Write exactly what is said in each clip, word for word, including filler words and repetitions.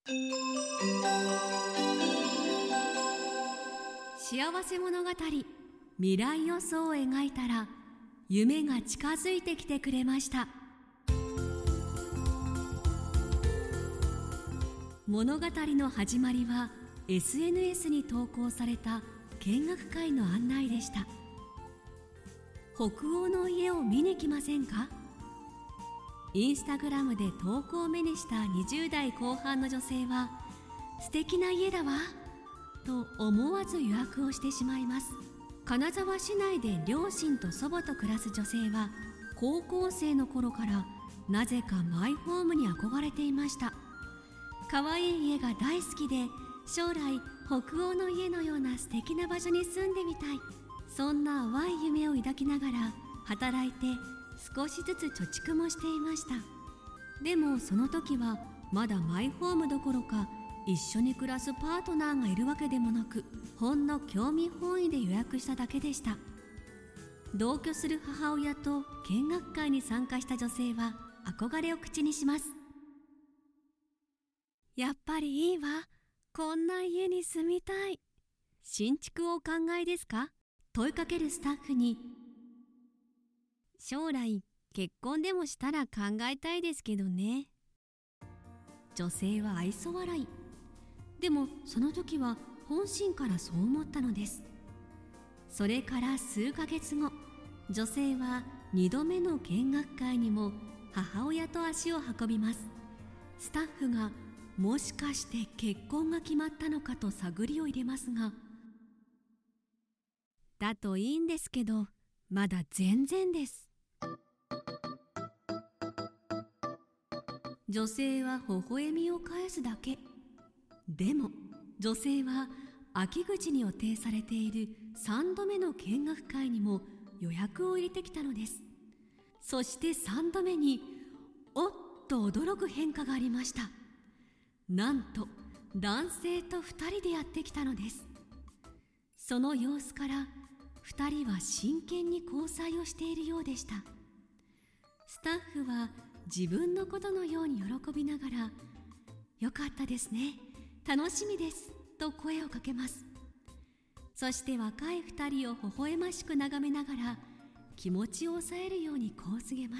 幸せ物語、未来予想を描いたら夢が近づいてきてくれました。物語の始まりは エスエヌエス に投稿された見学会の案内でした。北欧の家を見に来ませんか？インスタグラムで投稿を目にしたにじゅう代後半の女性は、素敵な家だわと思わず予約をしてしまいます。金沢市内で両親と祖母と暮らす女性は、高校生の頃からなぜかマイホームに憧れていました。可愛い家が大好きで、将来北欧の家のような素敵な場所に住んでみたい、そんな淡い夢を抱きながら働いて少しずつ貯蓄もしていました。でもその時はまだマイホームどころか、一緒に暮らすパートナーがいるわけでもなく、ほんの興味本位で予約しただけでした。同居する母親と見学会に参加した女性は憧れを口にします。やっぱりいいわ、こんな家に住みたい。新築をお考えですか？問いかけるスタッフに、将来結婚でもしたら考えたいですけどね。女性は愛想笑い。でもその時は本心からそう思ったのです。それから数ヶ月後、女性はにどめの見学会にも母親と足を運びます。スタッフがもしかして結婚が決まったのかと探りを入れますが、だといいんですけど、まだ全然です。女性は微笑みを返すだけ。でも女性は秋口に予定されているさんどめの見学会にも予約を入れてきたのです。そしてさんどめにおっと驚く変化がありました。なんと男性とふたりでやってきたのです。その様子からふたりは真剣に交際をしているようでした。スタッフは自分のことのように喜びながら、よかったですね、楽しみですと声をかけます。そして若いふたりを微笑ましく眺めながら、気持ちを抑えるようにこう告げます。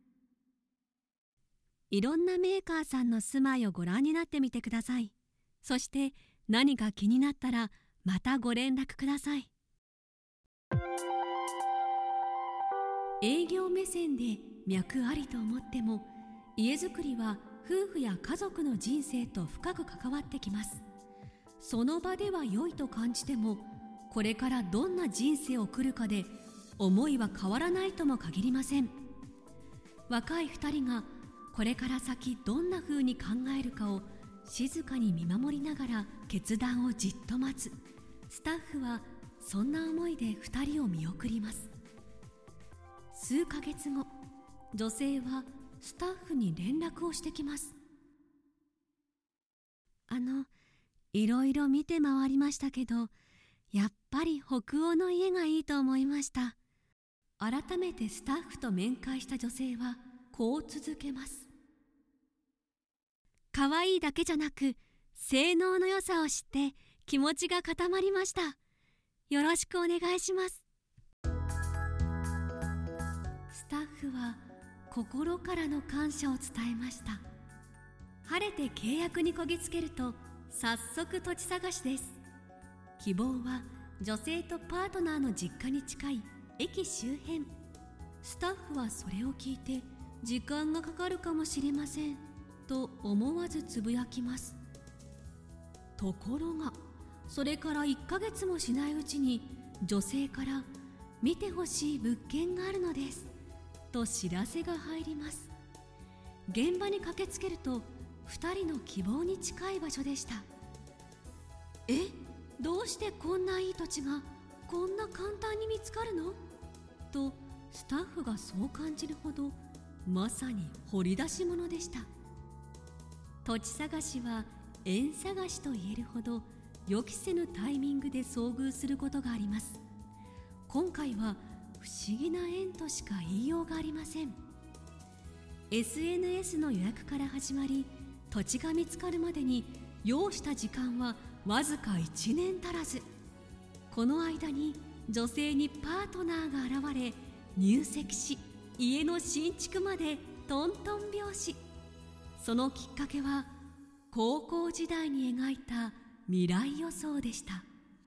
いろんなメーカーさんの住まいをご覧になってみてください。そして何か気になったらまたご連絡ください。営業目線で脈ありと思っても、家づくりは夫婦や家族の人生と深く関わってきます。その場では良いと感じても、これからどんな人生を送るかで思いは変わらないとも限りません。若いふたりがこれから先どんな風に考えるかを静かに見守りながら決断をじっと待つ。スタッフはそんな思いでふたりを見送ります。数ヶ月後、女性はスタッフに連絡をしてきます。あの、いろいろ見て回りましたけど、やっぱり北欧の家がいいと思いました。改めてスタッフと面会した女性はこう続けます。可愛いだけじゃなく、性能の良さを知って気持ちが固まりました。よろしくお願いします。スタッフは心からの感謝を伝えました。晴れて契約にこぎつけると、早速土地探しです。希望は女性とパートナーの実家に近い駅周辺。スタッフはそれを聞いて、時間がかかるかもしれませんと思わずつぶやきます。ところがそれからいっかげつもしないうちに、女性から見てほしい物件があるのですと知らせが入ります。現場に駆けつけると、ふたりの希望に近い場所でした。え、どうしてこんないい土地がこんな簡単に見つかるのとスタッフがそう感じるほど、まさに掘り出し物でした。土地探しは縁探しと言えるほど、予期せぬタイミングで遭遇することがあります。今回は不思議な縁としか言いようがありません。 エスエヌエス の予約から始まり、 土地が見つかるまでに要した時間はわずかいちねん足らず。この間に女性にパートナーが現れ、入籍し、家の新築までトントン拍子。そのきっかけは高校時代に描いた未来予想でした。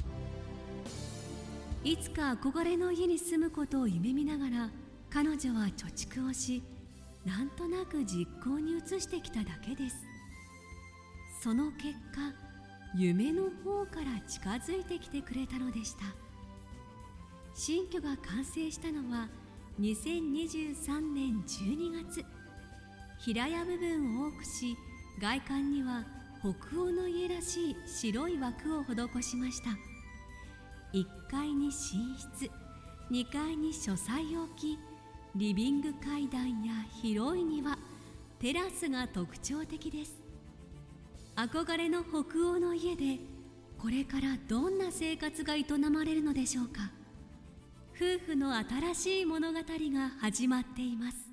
いつか憧れの家に住むことを夢見ながら、彼女は貯蓄をし、なんとなく実行に移してきただけです。その結果、夢の方から近づいてきてくれたのでした。新居が完成したのはにせんにじゅうさんねんじゅうにがつ。平屋部分を多くし、外観には北欧の家らしい白い枠を施しました。いっかいに寝室、にかいに書斎を置き、リビング階段や広い庭、テラスが特徴的です。憧れの北欧の家で、これからどんな生活が営まれるのでしょうか。夫婦の新しい物語が始まっています。